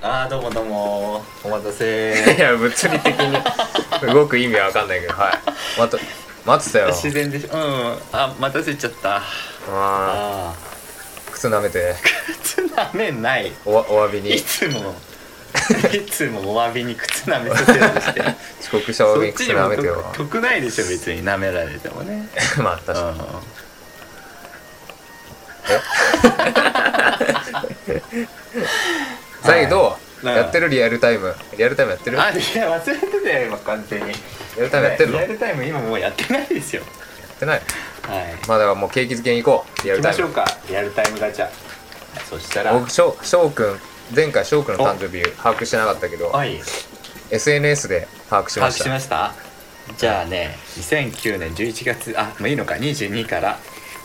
あーどうもどうもお待たせいや物理的に動く意味は分かんないけど、はい待ってたよ。 自然でしょ。あ待たせちゃった。 あ靴舐めて靴舐めない。 お詫びにいつもお詫びに靴舐めさせようとして遅刻したお詫びに靴舐めてよ。 得ないでしょ別に舐められてもねまあ確かに。最後どうやってる？リアルタイムやってる？ いや忘れてたよ今完全に。 リアルタイムやってるの？ リアルタイム今もうやってないですよ。 やってない。 はい。 まあだからもう景気づけに行こう。リアルタイム行きましょうか。リアルタイムガチャ。そしたら僕翔くん前回翔くんの誕生日把握してなかったけど、 はい SNS で把握しました。 把握しました。じゃあね2009年11月もういいのか22から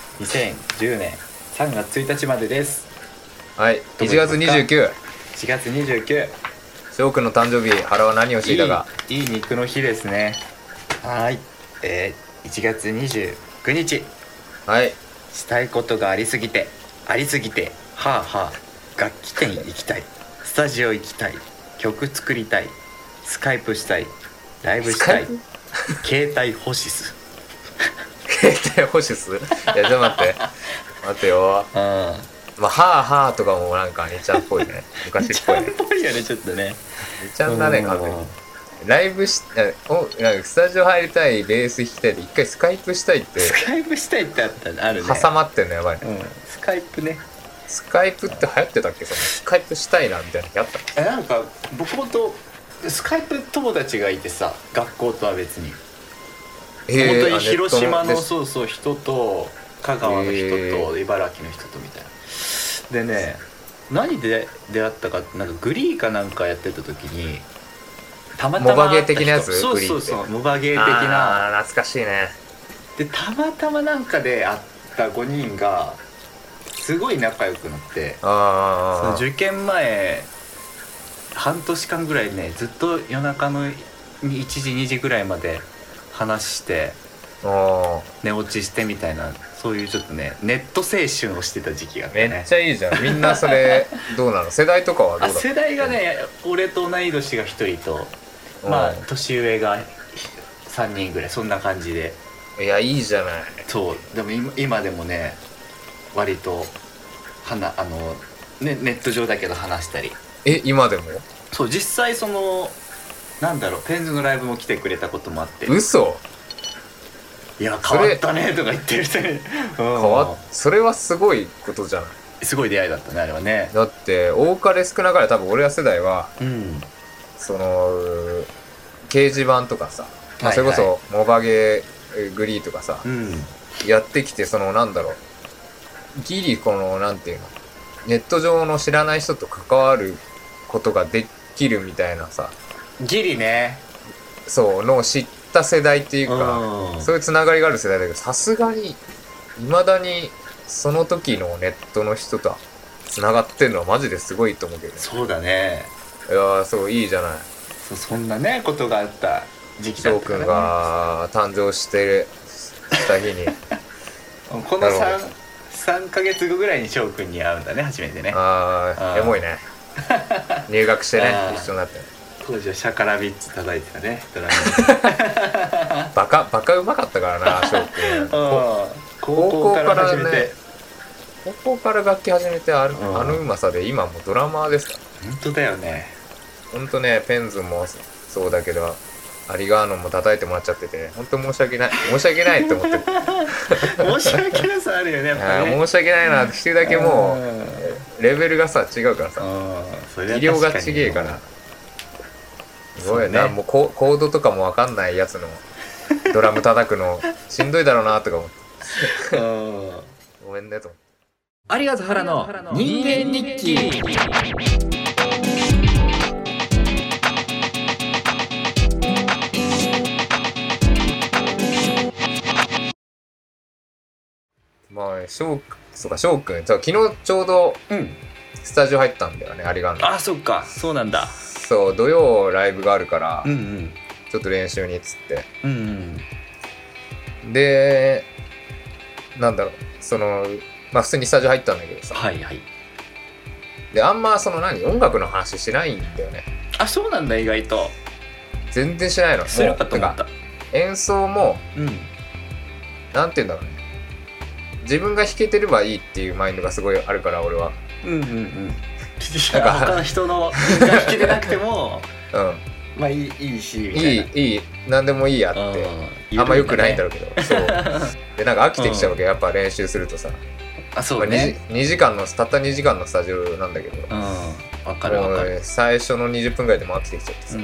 2010年3月1日までです。 はい。1月29。 1月29。 翔くんの誕生日、原は何をしていたか。 いい肉の日ですね。はい。1月29日。 はい。 したいことがありすぎてはあはあ楽器店行きたい、スタジオ行きたい、曲作りたい、スカイプしたい、ライブしたい、携帯欲しす携帯欲しす。いやちょっと待ってよ。まあはあはあとかもなんか兄ちゃんっぽいね。昔っぽいね。 兄ちゃんっぽいよねちょっとね。 兄ちゃんだね完全に。ライブなんかスタジオ入りたい、ベース弾きたいで一回スカイプしたいって。 スカイプしたいってあるね。 挟まってんのやばい。 スカイプね。 スカイプって流行ってたっけ？そのスカイプしたいなみたいな日あったの？ なんか僕もとスカイプ友達がいてさ、学校とは別に、本当に広島のそう人と香川の人と茨城の人とみたいな。でね、何で出会ったかって、なんかグリーかなんかやってた時にたまたまモバゲー的なやつ？ そうモバゲー的な。 懐かしいね。 でたまたまなんかで会った5人がすごい仲良くなって、その受験前半年間ぐらいね、ずっと夜中の1時2時ぐらいまで話して寝落ちしてみたいな、そういうちょっとねネット青春をしてた時期があってね。 めっちゃいいじゃん。みんなそれどうなの？世代とかはどうだった？ 世代がね、俺と同い年が1人とまあ年上が3人ぐらい、そんな感じで。 いやいいじゃない。 そうでも今でもね割とネット上だけど話したり。 今でも？ そう実際そのなんだろう、ペンズのライブも来てくれたこともあって。 嘘？ いや変わったねとか言ってる人にそれはすごいことじゃない？ すごい出会いだったねあれはね。 だって多かれ少なかれ多分俺ら世代は、その掲示板とかさ、それこそモバゲーグリーとかさ、やってきて、そのなんだろう、ギリこのなんていうの、ネット上の知らない人と関わることができるみたいなさ、 ギリね、 そうのを知った世代っていうか、そういうつながりがある世代だけど、さすがに未だにその時のネットの人とつながってるのはマジですごいと思うけどね。 そうだね。 いやそういいじゃない。 そんなねことがあった時期だったからね。 翔くんが誕生した日にこの3ヶ月後ぐらいに翔くんに会うんだね、初めてね。 エモいね。入学してね一緒になって。 当時はシャカラビッツ叩いてたね、ドラム。 バカうまかったからな翔くん。高校から楽器始めて、あのうまさで今もうドラマーですから。 本当だよね。 本当ね、ペンズもそうだけどアリガーノも叩いてもらっちゃってて、本当申し訳ないって思ってる。 申し訳なさあるよねやっぱね。 申し訳ないなっていうだけ、もうレベルがさ違うからさ、技量が違えから。すごいな、もうコードとかも分かんないやつのドラム叩くのしんどいだろうなとか思って。ごめんねと思って。 ありがとう原の人間日記。 まあ翔くん昨日ちょうどスタジオ入ったんだよね、ありがんの。 そっか、そうなんだ。 そう土曜ライブがあるから、ちょっと練習にっつって、でなんだろう、そのまあ普通にスタジオ入ったんだけどさ、 であんまその音楽の話しないんだよね。 あ、そうなんだ。意外と全然しないの。 するかと思った。 演奏も、なんて言うんだろうね、自分が弾けてればいいっていうマインドがすごいあるから俺は。 なんか他の人のが弾けてなくてもまあいいしみたいな。 いい何でもいいやってあんまよくないんだろうけど、そうでなんか飽きてきちゃうわけ、やっぱ練習するとさ。 あ、そうね。 2時間のたった2時間のスタジオなんだけど、 わかるわかる。 最初の20分ぐらいでも飽きてきちゃってさ、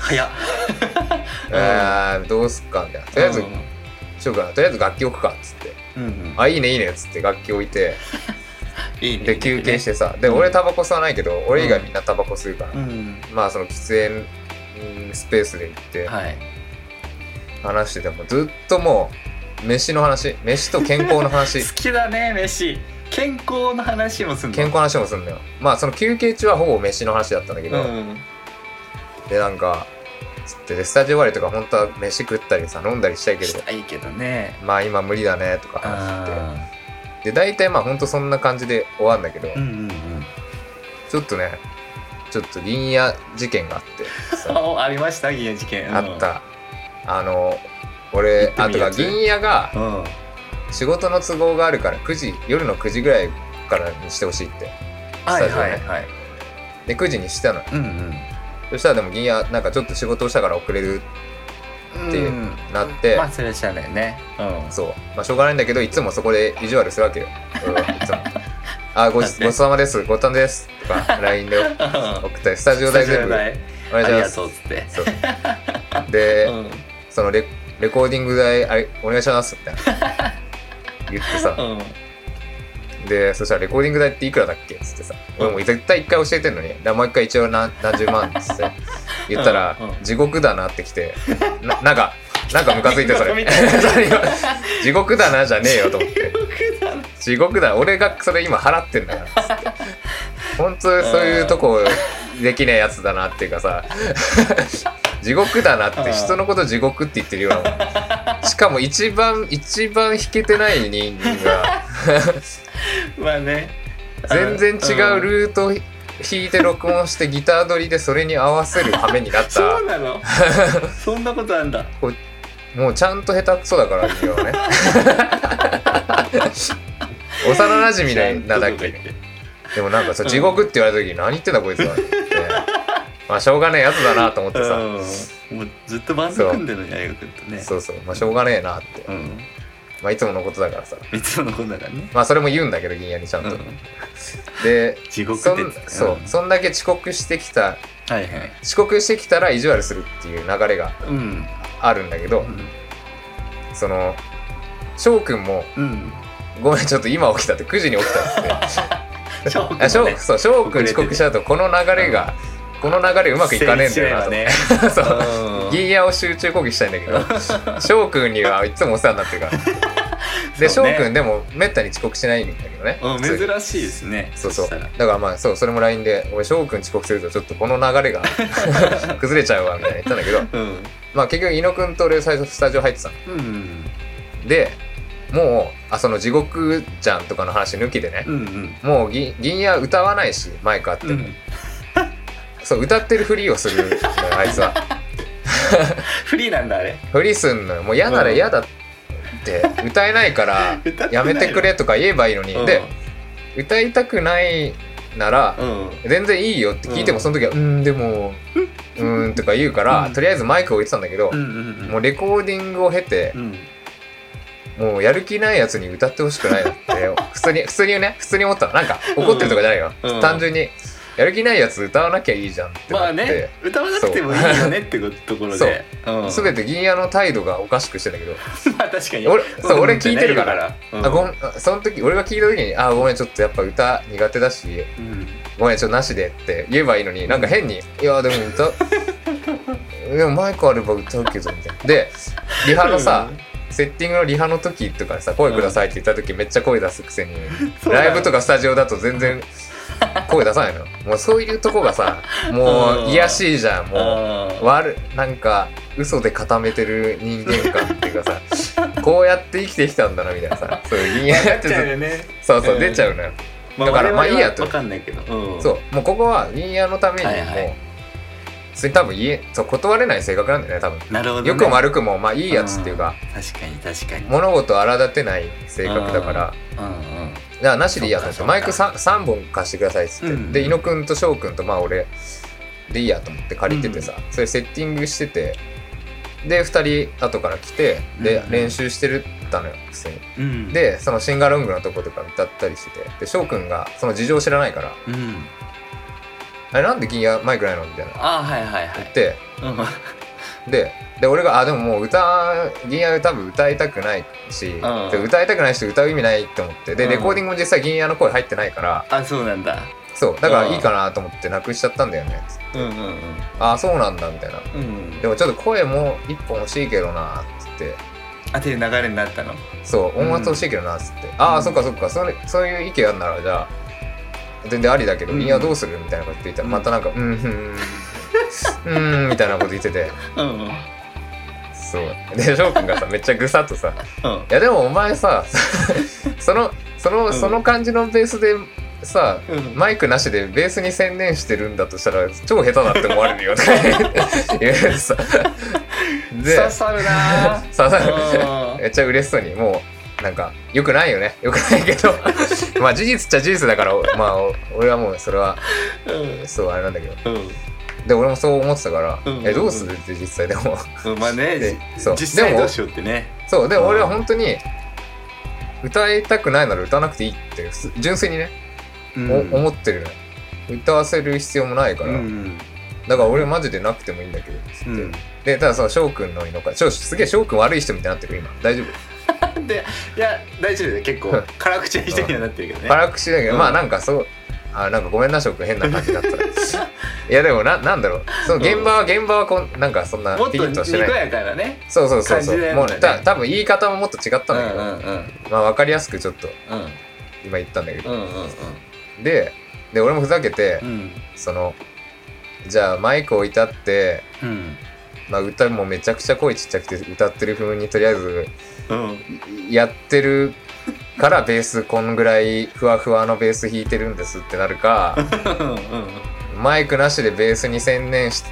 早っどうすっかみたいな。とりあえずしようかな、とりあえず楽器置くかっつって、あ、いいねいいねっつって楽器置いてで休憩してさ、で俺タバコ吸わないけど俺以外みんなタバコ吸うから、まあその喫煙スペースで行って話しててもずっともう飯の話、飯と健康の話好きだね飯。健康の話もすんの。 健康の話もすんのよ。まあその休憩中はほぼ飯の話だったんだけど、でなんかつってスタジオ終わりとか本当は飯食ったりさ飲んだりしたいけど、 したいけどね、 まあ今無理だねとか話してて、で大体まあほんとそんな感じで終わるんだけど、ちょっとねちょっと銀冶事件があってさありました銀冶事件。 あった。俺あとが銀冶が仕事の都合があるから夜の9時ぐらいからにしてほしいってスタジオね、で9時にしたの、そしたらでも銀冶なんかちょっと仕事をしたから遅れるってなって、 まあそれはしゃあないね。 そう、まあしょうがないんだけどいつもそこで意地悪するわけよいつもごちそうさまです、ごったんですとか LINE で送ったり、スタジオ代全部お願いします、ありがとうっつって、で、そのレコーディング代お願いしますみたいな言ってさ、でそしたらレコーディング代っていくらだっけっつってさ、俺も絶対1回教えてんのにもう1回一応何十万っつって言ったら地獄だなってきて、なんかムカついてそれ地獄だなじゃねえよと思って、地獄だ、俺がそれ今払ってんだからっつって、本当そういうとこできねえやつだなっていうかさ地獄だなって、人のこと地獄って言ってるようなしかも一番弾けてない人間がまあね、 全然違うルート弾いて録音してギター取りでそれに合わせる羽目になったそうなのそんなことあんだ。 もうちゃんと下手くそだから君はね幼なじみなだけでもなんかさ地獄って言われた時に何言ってんだこいつはってまあしょうがねえやつだなと思ってさ、 もうずっとバンド組んでるのに大学とね、 そうまあしょうがねえなって、まあいつものことだからさ、 いつものことだからね、 まあそれも言うんだけど銀冶にちゃんと、で地獄ってそんだけ遅刻してきた、遅刻してきたら意地悪するっていう流れがあるんだけど、その翔くんも、ごめんちょっと今起きたって9時に起きたって翔くん遅刻しちゃうとこの流れうまくいかねえんだよなと、ね、そう銀冶を集中講義したいんだけど翔くんにはいつもお世話になってるからで翔くんでもめったに遅刻しないんだけどね、 珍しいですね。 そうだからまあそれも LINE で俺翔くん遅刻するとちょっとこの流れが崩れちゃうわみたいな言ったんだけど、まあ結局猪野くんと俺最初スタジオ入ってたの、でもうその地獄ちゃんとかの話抜きでね、もう銀冶歌わないしマイクあっても、そう歌ってるフリーをするのよあいつはフリーなんだあれ、 フリーすんのよ。もう嫌なら嫌だって歌えないからやめてくれとか言えばいいのに、で歌いたくないなら全然いいよって聞いてもその時はでもとか言うからとりあえずマイクを置いてたんだけど、もうレコーディングを経てもうやる気ないやつに歌ってほしくないなって普通に思ったの。なんか怒ってるとかじゃないよ、単純にやる気ないやつ歌わなきゃいいじゃんってなって、 まあね、歌わなくてもいいよねってところで全て銀冶の態度がおかしくしてんだけどまあ確かに俺聞いてるからその時俺が聞いた時にごめんちょっとやっぱ歌苦手だし、ごめんちょっとなしでって言えばいいのに、なんか変にいやでもでもマイクあれば歌うけどみたいな。でリハのさセッティングのリハの時とかさ声くださいって言った時めっちゃ声出すくせに、ライブとかスタジオだと全然声出さないの。もうそういうとこがさもう卑しいじゃん。もうなんか嘘で固めてる人間感っていうかさこうやって生きてきたんだなみたいなさ、そういう銀冶やってそう出ちゃうのよ。 だからまあいいやと。 分かんないけど、 そうもうここは銀屋のためにもう、それ多分断れない性格なんだよね多分。 なるほど、ね、 よくも悪くもまあいいやつっていうか、 確かに物事を荒立てない性格だから、だからなしでいいやと思って、マイク 3本貸してくださいっつって、で伊野くんと翔くんとまあ俺でいいやと思って借りててさ、それセッティングしてて、で2人後から来て、で練習してるったのよ普通に、でそのシンガロングのとことか歌ったりしてて、で翔くんがその事情知らないから、あれなんで銀屋マイクないのみたいな言って、で俺がでももう銀屋多分歌いたくないし、歌いたくない人歌う意味ないって思って、でレコーディングも実際銀屋の声入ってないから、 あそうなんだ、 そうだからいいかなと思ってなくしちゃったんだよねつって、あそうなんだみたいな、でもちょっと声も一本欲しいけどなっつって、 っていう流れになったの。 そう音圧欲しいけどなっつって、そっかそっか、そういう意見あんならじゃあ全然ありだけど、銀屋どうするみたいなこと言ったら、またなんかみたいなこと言ってて、そうで翔くんがさめっちゃぐさっとさ、いやでもお前さその感じのベースでさ、マイクなしでベースに専念してるんだとしたら超下手だって思われるよとか言うさ、 で刺さるな刺さるめっちゃ嬉しそうに、もうなんかよくないよね、よくないけどまあ事実っちゃ事実だから、まあ俺はもうそれは、そうあれなんだけど、で俺もそう思ってたから、どうするって実際でもまあね、 そう実際どうしようってね、 そうで俺は本当に歌いたくないなら歌わなくていいって純粋にね、思ってるね。歌わせる必要もないから、だから俺マジでなくてもいいんだけどって、でただその翔くんのいいのか、すげえ翔くん悪い人みたいになってる今、大丈夫でいや大丈夫だよ、結構辛口な人にはなってるけどね、 辛口だけど、まあなんかそうなんかごめんな翔くん変な感じだったらいやでもなんだろう、その現場はなんかそんなピリッとしてない、もっとにこやかなね、 そうもう多分言い方ももっと違ったんだけど、まあ分かりやすくちょっと今言ったんだけど、で俺もふざけて、じゃあマイク置いてあって、まあ歌もめちゃくちゃ声ちっちゃくて歌ってる風にとりあえずやってるからベースこんぐらいふわふわのベース弾いてるんですってなるかマイクなしでベースに専念して、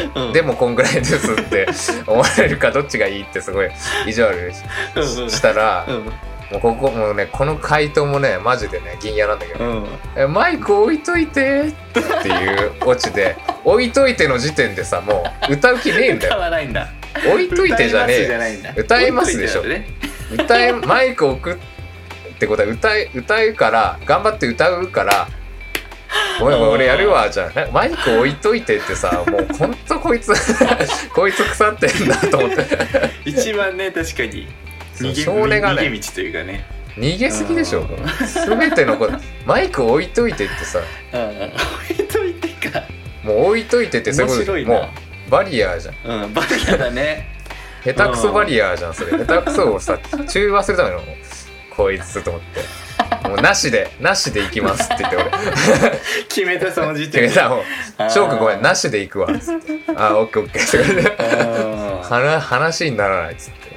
でもこんぐらいですって思われるか、どっちがいいってすごい意地悪したら、もうねこの回答もねマジでね銀屋なんだけど、マイク置いといてっていうオチで、置いといての時点でさもう歌う気ねえんだよ。 歌わないんだ。 置いといてじゃねえ、歌いますでしょ。マイク置くってことは歌うから、頑張って歌うから、ごめん俺やるわ、じゃあマイク置いといてってさ、もうほんとこいつこいつ腐ってんだと思って一番ね、確かに逃げ道というかね、 逃げすぎでしょ。全てのことマイク置いといてってさ、 置いといてか、 もう置いといてってそういうこと、もうバリアーじゃん、 バリアだね下手くそバリアーじゃんそれ。下手くそをさ中和するためのこいつと思って、もうなしで行きますって言って俺決めた、その時点で決めた。もう翔くんごめんなしで行くわっつって、オッケーオッケーって話にならないっつって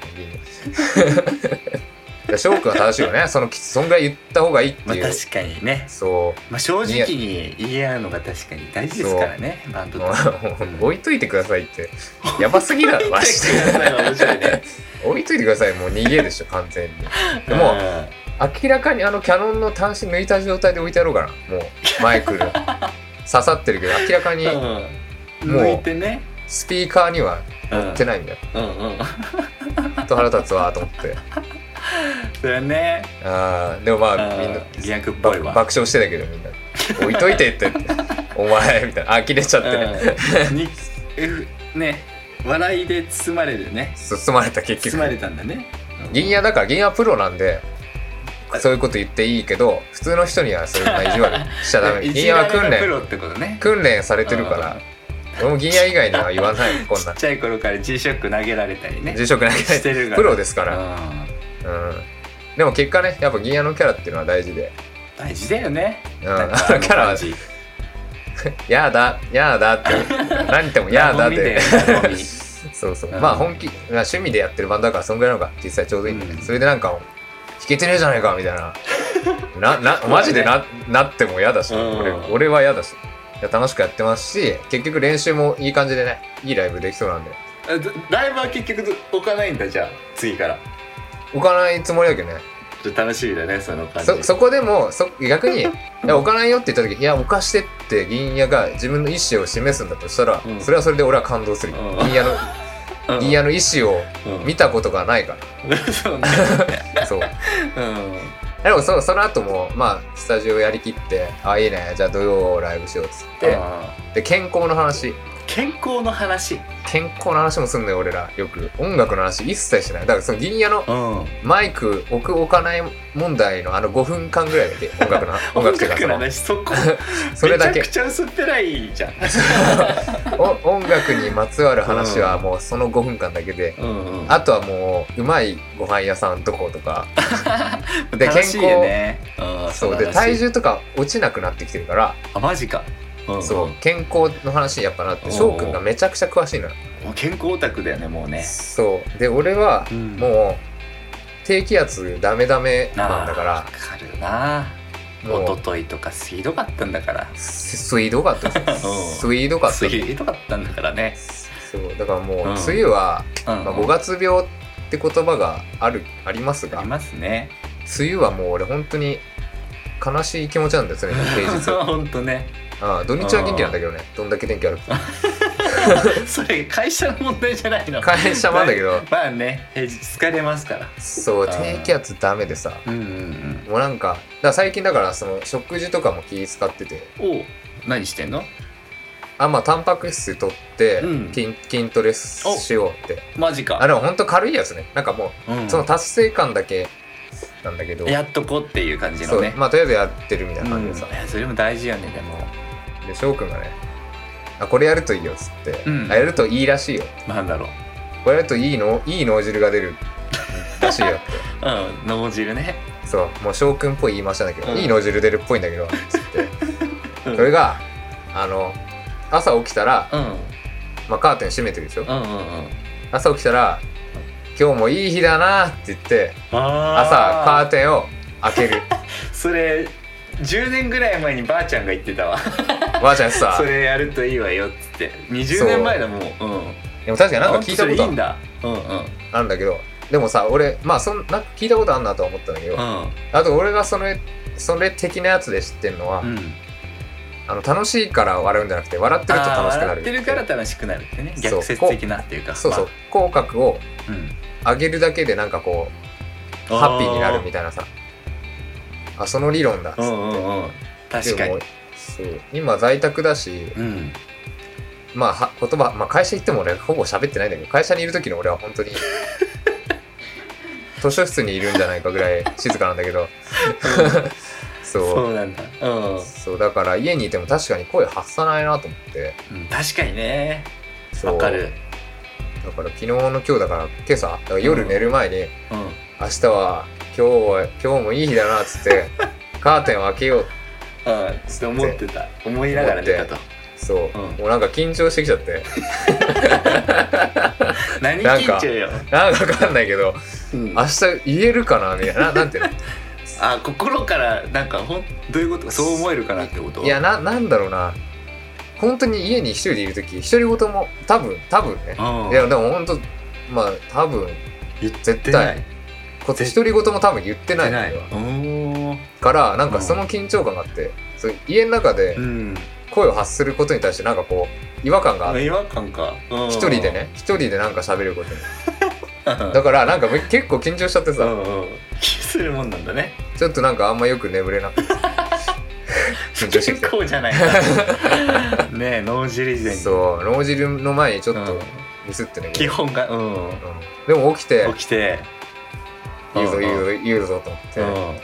翔くんは正しいよね、そんぐらい言った方がいいっていう、 確かにね、 そう、 正直に言い合うのが確かに大事ですからね、バンドと置いといてくださいってやばすぎだろマジで置いといてください、もう逃げでしょ完全に。でも明らかにキャノンの端子抜いた状態で置いてやろうかな、もうマイク刺さってるけど明らかにもうスピーカーには乗ってないんだよ、と腹立つわと思ってそれね。 でもまあみんな逆っぽいわ、 爆笑してたけど、みんな置いといてってお前みたいな、呆れちゃってね、笑いで包まれるね。 包まれた、結局包まれたんだね。 銀屋だから、銀屋プロなんでそういうこと言っていいけど、普通の人にはそういう意地悪しちゃダメ。銀屋は訓練されてるから、俺も銀屋以外には言わない。こんなちっちゃい頃から G ショック投げられたりね、 G ショック投げられてるプロですから、でも結果ね、やっぱ銀屋のキャラっていうのは大事で、 大事だよね。 キャラはやだって何言ってもやだってそうそう、まあ本気趣味でやってるバンドだからそんぐらいのが実際ちょうどいいんで、それでなんか弾けてねえじゃないかみたいなマジで なっても嫌だし、俺は嫌だし、いや楽しくやってますし、結局練習もいい感じでね、いいライブできそうなんで。 ライブは結局置かないんだ、じゃあ次から置かないつもりだけどね。 楽しみだね、その感じ。 そこでも逆にいや置かないよって言った時、いや置かしてって銀谷が自分の意思を示すんだとしたら、それはそれで俺は感動するよ。銀谷の意思を見たことがないから。そうね。そう。でもその後もまあスタジオやりきって、あいいね、じゃあ土曜ライブしようっつって、で健康の話もすんのよ俺ら。よく音楽の話一切しない。だからその銀谷のマイク置かない問題の5分間ぐらいだけ音楽っていうかそれだけめちゃくちゃ薄っぺらいじゃん。 音楽にまつわる話はもうその5分間だけで、あとはもううまいご飯屋さんどことかで健康ね。 そうで体重とか落ちなくなってきてるから。 あマジか。 そう健康の話にやっぱなって、翔くんがめちゃくちゃ詳しいのよ。 健康オタクだよねもうね。 そうで俺はもう低気圧ダメなんだから。 わかるな。一昨日とかひどかったんだから。 ひどかったんだからね。 そうだからもう梅雨は5月病って言葉がありますが、 ありますね。 梅雨はもう俺本当に悲しい気持ちなんですね、平日。 本当ね。 土日は元気なんだけどね、どんだけ天気悪くて。 それ会社の問題じゃないの。 会社もあんだけど、 まあね、平日疲れますから。 そう低気圧ダメでさ、もうなんか最近だからその食事とかも気使ってて。 何してんの？ まあタンパク質取って、筋トレしようって。 マジか。 でもほんと軽いやつね。なんかもう、その達成感だけなんだけど、 やっとこうっていう感じのね。 まあとりあえずやってるみたいな感じでさ。 それも大事よね。でもで翔くんがね、これやるといいよっつって、やるといいらしいよ。 なんだろう。 これやるといい脳汁が出るらしいよって。 脳汁ね。 そうもう翔くんっぽい言いましたんだけど、いい脳汁出るっぽいんだけどつって、それが朝起きたら、まあカーテン閉めてるでしょ。朝起きたら今日もいい日だなって言って朝カーテンを開ける。 それ10年ぐらい前にばあちゃんが言ってたわ。 ばあちゃんさそれやるといいわよっつって。20年前だもん。 でも確かになんか聞いたことあるんだけど、でもさ俺なんか聞いたことあるなとは思ったんだけど、あと俺がそれ的なやつで知ってんのは、楽しいから笑うんじゃなくて、笑ってると楽しくなる。 笑ってるから楽しくなるってね。逆説的なっていうか。 そう口角を上げるだけでなんかこうハッピーになるみたいなさ。その理論だっつって。 確かに。 そう今在宅だし、まあ言葉、まあ会社行っても俺ほぼ喋ってないんだけど、会社にいる時の俺は本当に図書室にいるんじゃないかぐらい静かなんだけど。 そうなんだ。 そうだから家にいても確かに声発さないなと思って。 確かにね。わかる。 だから昨日の今日だから今朝だから夜寝る前に、明日は今日もいい日だなっつってカーテンを開けようって思ってた。思いながら寝たと。 そう、もうなんか緊張してきちゃって。 何緊張よ。 なんか分かんないけど、明日言えるかなみたいな。なんていうの。 心からなんかどういうこと？そう思えるかなってこと？ いやなんだろうな。本当に家に一人でいる時、独り言も多分ね。いやでも本当まあ多分絶対独り言も多分言ってないんだよ。からなんかその緊張感があって、家の中で声を発することに対してなんかこう違和感があって。 違和感か。 一人でなんか喋ることに。だからなんか結構緊張しちゃってさ。 するもんなんだね。 ちょっとなんかあんまよく眠れなくて。緊張してきて。 結構じゃないか。ねえ脳汁以前に。 そう脳汁の前にちょっとミスってね。 基本がでも起きて言うぞと思って。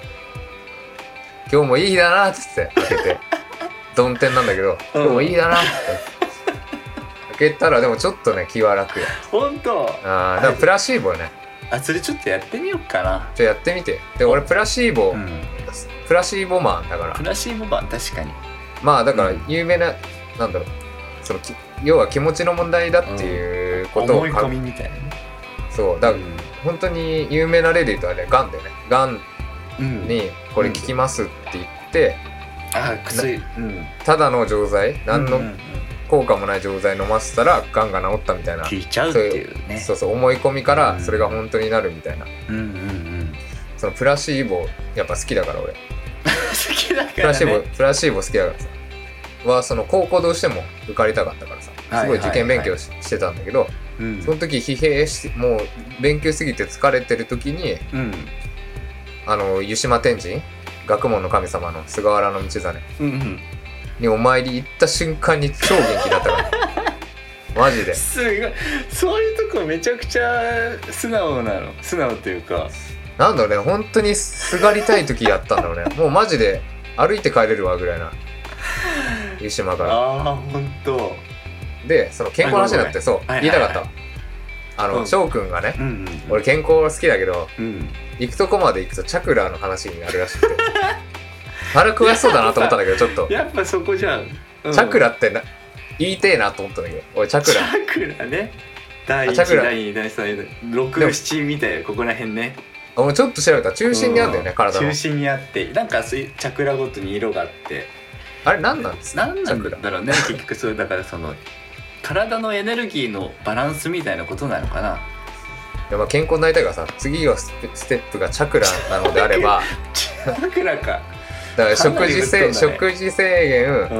今日もいい日だなっつって開けて。曇天なんだけど今日もいい日だなって。開けたらでもちょっとね気は楽よ。 ほんと？ だからプラシーボよね。 それちょっとやってみようかな。 やってみて。で俺プラシーボマンだから。 プラシーボマン確かに。 まあだから有名な、なんだろう、その要は気持ちの問題だっていうことを思い込みみたいなね。 そうだから、本当に有名な例で言うとあれガンだよね。ガンにこれ効きますって言って、 薬、 ただの錠剤、何の効果もない錠剤飲ませたらがんが治ったみたいな、 効いちゃうっていうね、 そう思い込みからそれが本当になるみたいな、そのプラシーボやっぱ好きだから俺好きだからね、 プラシーボ好きだからさは、その高校どうしても受かりたかったからさ、すごい受験勉強してたんだけど、その時疲弊してもう勉強すぎて疲れてる時に、湯島天神、学問の神様の菅原道真にお参り行った瞬間に超元気だったからマジですごい、そういうとこめちゃくちゃ素直っていうか、 なんだろうね、本当にすがりたい時やったんだろうねもうマジで歩いて帰れるわぐらいな、湯島から。 本当で、その健康の話になって、そう言いたかったわ。翔くんがね、俺健康好きだけど、行くとこまで行くとチャクラの話になるらしくてあれ詳しそうだなと思ったんだけど、ちょっとやっぱそこじゃん、 チャクラって言いてえなと思ったんだけど、俺チャクラね、第1第2第3 6、7みたいな、ここら辺ね、 俺ちょっと調べたら中心にあるんだよね、体の中心にあって、なんかそういうチャクラごとに色があって、 あれ何なんですか、 何なんだろうね結局。それだからその体のエネルギーのバランスみたいなことなのかな。 いや、まあ健康になりたいからさ、次はステップがチャクラなのであればチャクラか、 だから食事制限、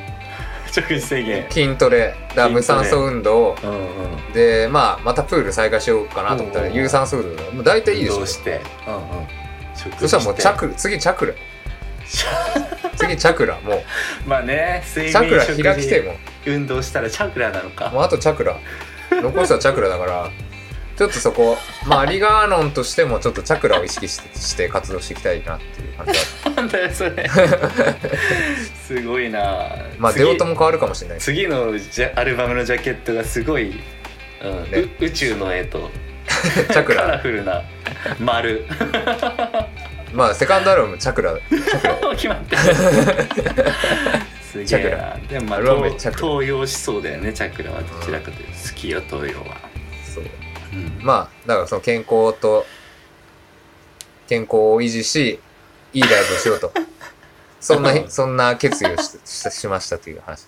筋トレだ、無酸素運動、で、またプール再開しようかなと思ったら有酸素運動、もう大体いいでしょ。そしたらもう次チャクラ次チャクラ、もうまあね、 睡眠、チャクラ開きても運動したらチャクラなのか、 もうあとチャクラ残したらチャクラだからちょっとそこ、アリガーノンとしてもちょっとチャクラを意識して活動していきたいなっていう感じだなんだよそれすごいな。 出音も変わるかもしれない。 次のアルバムのジャケットがすごい、宇宙の絵とチャクラカラフルな丸セカンドアルバムチャクラ決まってるすげえな。でも東洋しそうだよね、チャクラは。どちらかというと好きよ、東洋は。そう、 だからその健康を維持し、いいライブをしようとそんな決意をしましたという話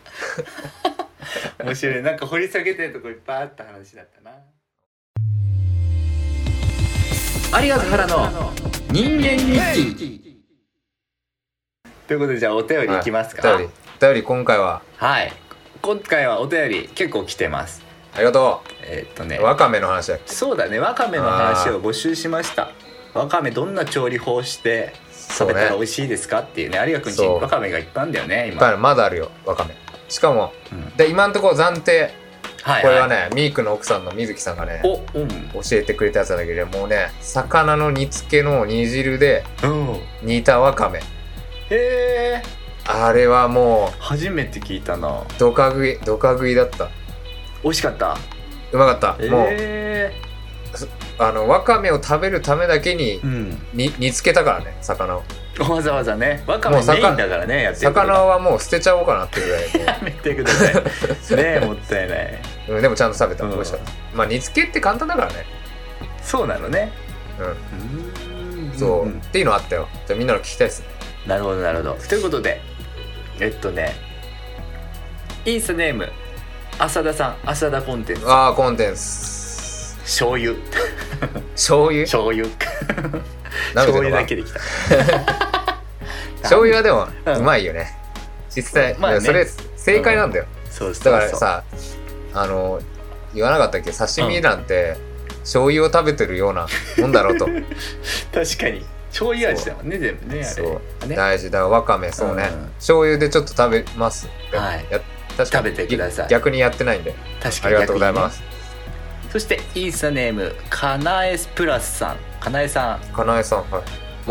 面白い。なんか掘り下げてるとこいっぱいあった話だったな。有賀原の人間日記ということで、じゃあお便りいきますか。 お便り今回はお便り結構来てます。 ありがとう。わかめの話だっけ。 そうだね、わかめの話を募集しました。わかめどんな調理法して食べたら美味しいですかっていうね。有賀くんちわかめがいっぱいあるんだよね、今。 まだあるよ、わかめ。しかも、で今のところ暫定、これはね、ミークの奥さんの水木さんがね、教えてくれたやつなんだけど、もうね、魚の煮付けの煮汁で煮たわかめ。 へー、 あれはもう初めて聞いたな。 ドカ食いだった。 美味しかった。 うまかった。もうわかめを食べるためだけに、煮付けたからね、魚を。 わざわざね、わかめメインだからね、やってる。 魚はもう捨てちゃおうかなってぐらい。 やめてくださいねえ、もったいない。 でもちゃんと食べた。美味しかった。煮付けって簡単だからね。 そうなのね。 そう、っていうのあったよ。じゃあみんなの聞きたいですね。 なるほどなるほど。ということで、インスタネーム浅田さん、浅田コンテンツ。 コンテンツ。 醤油醤油醤油だけできた醤油はでもうまいよね、実際。それ正解なんだよ。だからさ、言わなかったっけ、刺身なんて醤油を食べてるようなもんだろうと確かに醤油味だもんね、全部ね。あれ大事だから、わかめ、そうね、醤油でちょっと食べます。 食べてください。 逆にやってないんで。確かに、ありがとうございます。 そしてインスタネームかなえプラスさん。かなえさん、 はい。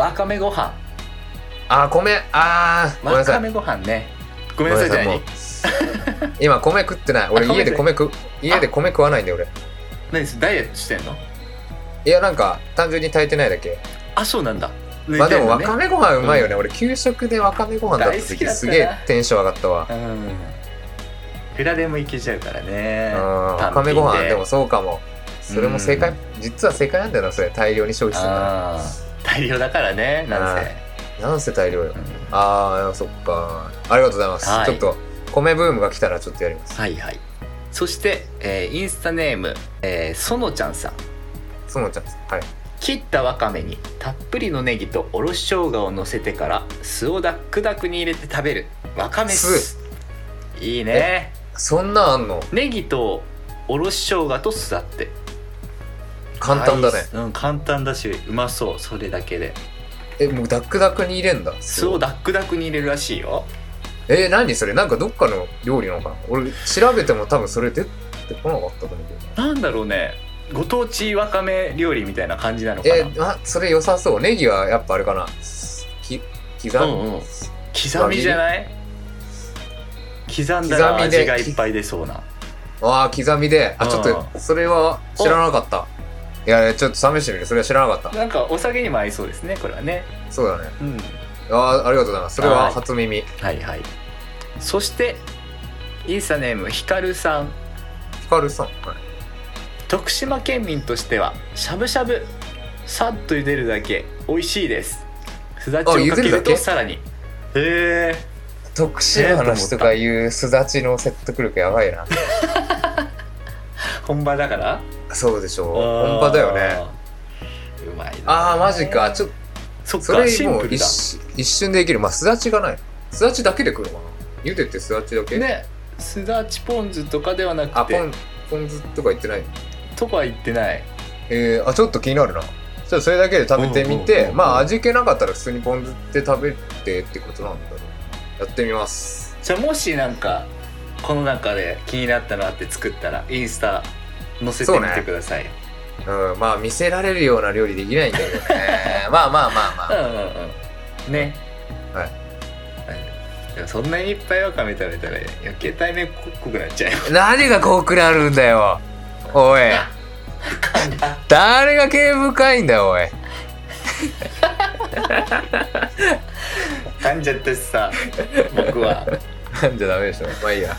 わかめご飯。 米。ごめんなさい。 わかめご飯ね。ごめんなさい。じゃあ今米食ってない。俺家で米食わないんで。俺何ダイエットしてんの？ いや、なんか単純に炊いてないだけ。 そうなんだ。 でもわかめご飯うまいよね。俺給食でわかめご飯だった時すげえテンション上がったわ。 いくらでもいけちゃうからね。 わかめご飯でもそうかも。それも正解、実は正解なんだよな、それ。大量に消費するの。 大大量だからね、 なんせ大量よ、そっか、ありがとうございます、ちょっと米ブームが来たらちょっとやります。 はいはい。そして、インスタネーム、そのちゃんさん。 そのちゃんさん、はい。 切ったわかめにたっぷりのネギとおろし生姜を乗せてから酢をダックダクに入れて食べるわかめ酢。いいね。 そんなんあんの？ ネギとおろし生姜と酢だって。 簡単だね。 簡単だしうまそう。それだけで。 もうダックダクに入れんだ。 酢をダックダクに入れるらしいよ。 何それ、なんかどっかの料理なのかな。俺調べても多分それ出てこなかったと思うけど。 なんだろうね、ご当地わかめ料理みたいな感じなのかな。 それ良さそう。ネギはやっぱあれかな、 刻みじゃない？刻んだら味がいっぱい出そうな。 刻みで、ちょっとそれは知らなかった。いやちょっと試してみる。それは知らなかった。 なんかお酒にも合いそうですね、これはね。 そうだね。ありがとうございます。それは初耳。 はいはい。そしてインスタネームひかるさん。 ひかるさん、はい。 徳島県民としてはしゃぶしゃぶさっと茹でるだけ美味しいです。すだちをかけるとさらに。へえ。 徳島の人が言うすだちの説得力やばいな。 本場だから。 そうでしょう。本場だよね。 うまいね。 マジか。ちょっとそれもう一瞬でできる。すだちがない。すだちだけでくるのかな。茹でてすだちだけね。すだちポン酢とかではなくて、 ポン酢とか言ってない？ とか言ってない。 ちょっと気になるな。ちょっとそれだけで食べてみて、味気なかったら普通にポン酢で食べてってことなんだろう。やってみます。 じゃあもしなんかこの中で気になったなって作ったらインスタ載せてみてください。 見せられるような料理できないんだけどね。 ね。はい。そんなにいっぱいわかめ食べたら余計対面濃くなっちゃうよ。 何が濃くなるんだよおい。誰が毛深いんだよおい。 噛んじゃったしさ、僕は噛んじゃダメでしょ。まあいいや。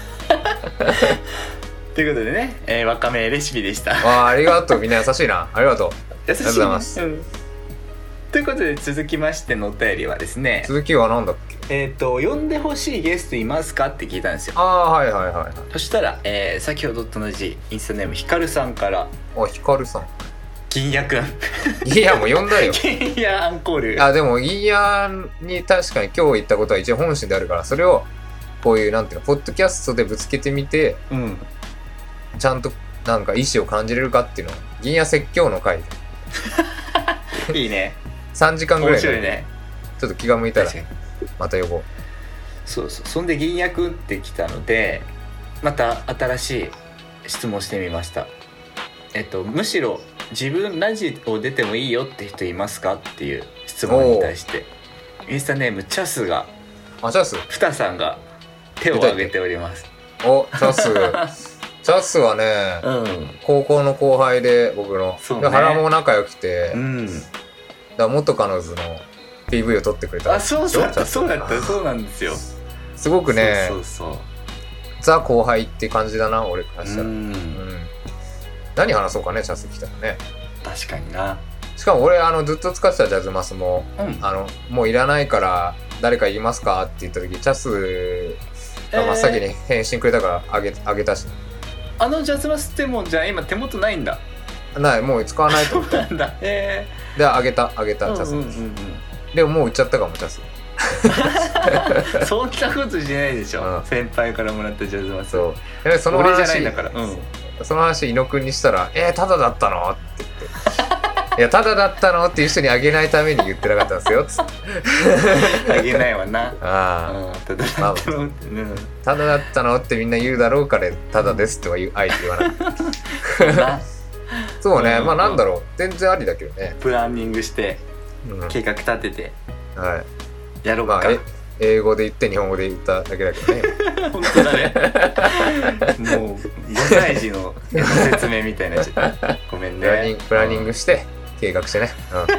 ということでね、わかめレシピでした。 ありがとう。みんな優しいな。ありがとう。 優しい。ありがとうございます。ということで続きましてのお便りはですね。 続きは何だっけ？ 呼んでほしいゲストいますかって聞いたんですよ。 はいはいはい。 そしたら、先ほどと同じインスタネームひかるさんから。 ひかるさん。 銀谷くん。 いやもう呼んだよ。 銀谷アンコール。 でも銀谷に確かに今日言ったことは一応本心であるから、それをこういうなんていうの、ポッドキャストでぶつけてみて、ちゃんとなんか意思を感じれるかっていうのを銀谷説教の回で。いいね。 3時間ぐらい。 面白いね。 ちょっと気が向いたらまた呼ぼう。 そうそう。そんで銀谷くんってきたので、また新しい質問してみました。むしろ自分ラジオ出てもいいよって人いますかっていう質問に対して、インスタネームチャスが、 チャスふたさんが手を挙げております。 チャスはね、高校の後輩で僕の、原も仲良くて、だ元カノズの PV を撮ってくれた。 そうなんですよ。 すごくね、ザ後輩って感じだな、俺からしたら。何話そうかね、チャス来たらね。 確かにな。 しかも俺ずっと使ってたジャズマスも、もういらないから誰か言いますかって言った時、チャスが真っ先に返信くれたからあげたし。 ジャズマスってもうじゃあ今手元ないんだ。 ない、もう使わないと思って。 そうなんだ。 であげたチャス、でももう売っちゃったかも、チャス。 そんなことしないでしょ、先輩からもらったジャズマス。 その俺じゃないんだから。 その話、伊野くんにしたら、タダだったのって言って。いや、タダだったのっていう人にあげないために言ってなかったんですよ、つって。 あげないわな。タダだったのって。 タダだったのってみんな言うだろうから、タダですってはあえて言わない。そうね、なんだろう、全然ありだけどね。 プランニングして、計画立てて、やろうか。 英語で言って日本語で言っただけだけどね。 本当だね。もう5歳児の説明みたいになっちゃった。ごめんね。 プランニングして計画してね。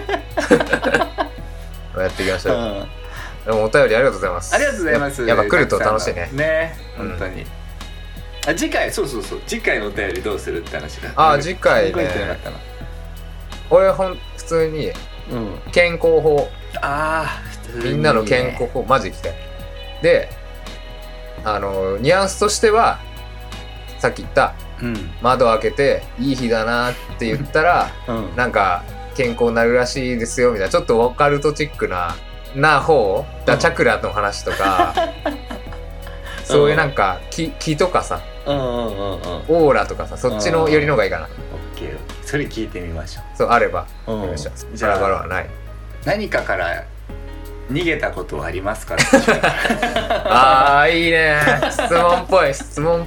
やっていきましょう。でもお便りありがとうございます。 ありがとうございます。 やっぱ来ると楽しいね。 ね、本当に。次回次回のお便りどうするって話だ。 次回ね。俺普通に健康法。 ああ、みんなの健康法マジ聞きたい。で、ニュアンスとしてはさっき言った、窓開けていい日だなって言ったら、なんか健康になるらしいですよみたいな、ちょっとオカルトチックな方だ、チャクラの話とか、そういうなんか気とかさ、オーラとかさ、そっちの寄りの方がいいかな。 オッケー、それ聞いてみましょう。 そうあればお願いします。 じゃあバラバラはない。 何かから逃げたことはありますか？ あーいいね、質問っぽい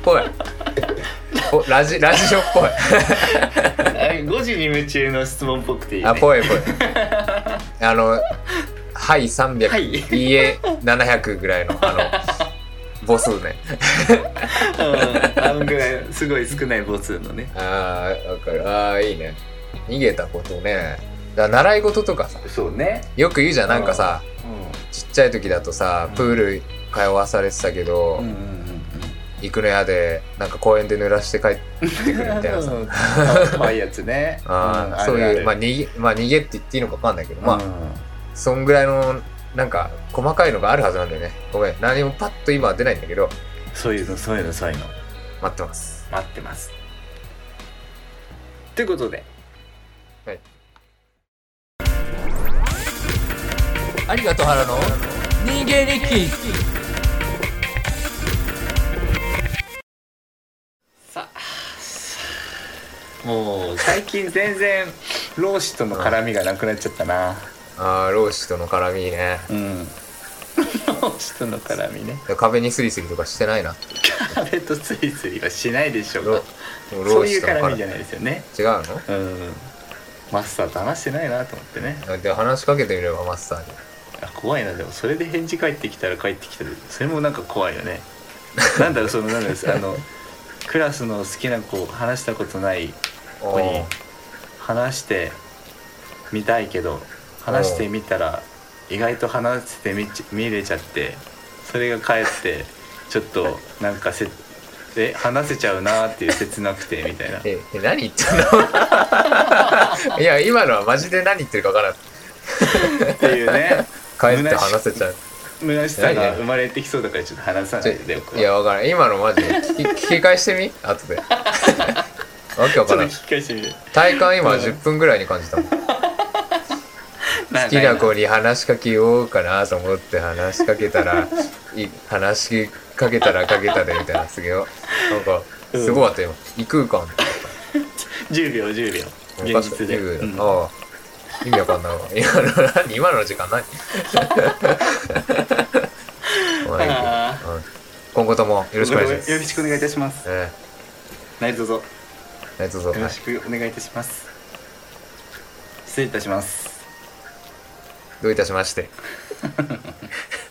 ラジオっぽい 5時に夢中の質問っぽくていいね。 あ、ぽいはい300、はい、いいえ700ぐらいの母数ねぐらいすごい少ない母数のね。 あー、わかる。あーいいね。逃げたことね。だから習い事とかさ、 そうね、よく言うじゃん。なんかさ、ちっちゃい時だとさ、プール通わされてたけど、行くの嫌でなんか公園で濡らして帰ってくるみたいなさ可愛いやつね。 そういう逃げって言っていいのか分かんないけど、そんぐらいのなんか細かいのがあるはずなんだよね。ごめん、何もパッと今は出ないんだけど、 そういうの待ってますということで、 はい、ありがとう原の人間日記。 さあ、もう最近全然老子との絡みがなくなっちゃったな。 老子との絡みね。 老子との絡みね。 壁にスリスリとかしてないな。 壁とスリスリはしないでしょうか。そういう絡みじゃないですよね。 違うの？ マスターと話してないなと思ってね。 で話しかけてみればマスターに。 怖いな。でもそれで返事返ってきたらそれもなんか怖いよね。なんだろう、なんですクラスの好きな子、話したことない子に話してみたいけど、話してみたら意外と話して見れちゃって、それがかえってちょっとなんか話せちゃうなっていう切なくてみたいな。 何言ってんのいや今のはマジで何言ってるか分からんっていうね。 かえって話せちゃう。 虚しさが生まれてきそうだからちょっと話さないで。 いや分からん、今のマジで聞き返してみ後でわけわからん。 聞き返してみる。 体感今10分ぐらいに感じたもん。好きな子に話しかけようかなと思って話しかけたら話しかけたらかけたでみたいな。すげえなんかすごかった今。異空間 10秒現実で。 ああ意味わかんないわ。今の時間何今後ともよろしくお願いします。 よろしくお願いいたします。何卒よろしくお願いいたします。失礼いたします。 どういたしまして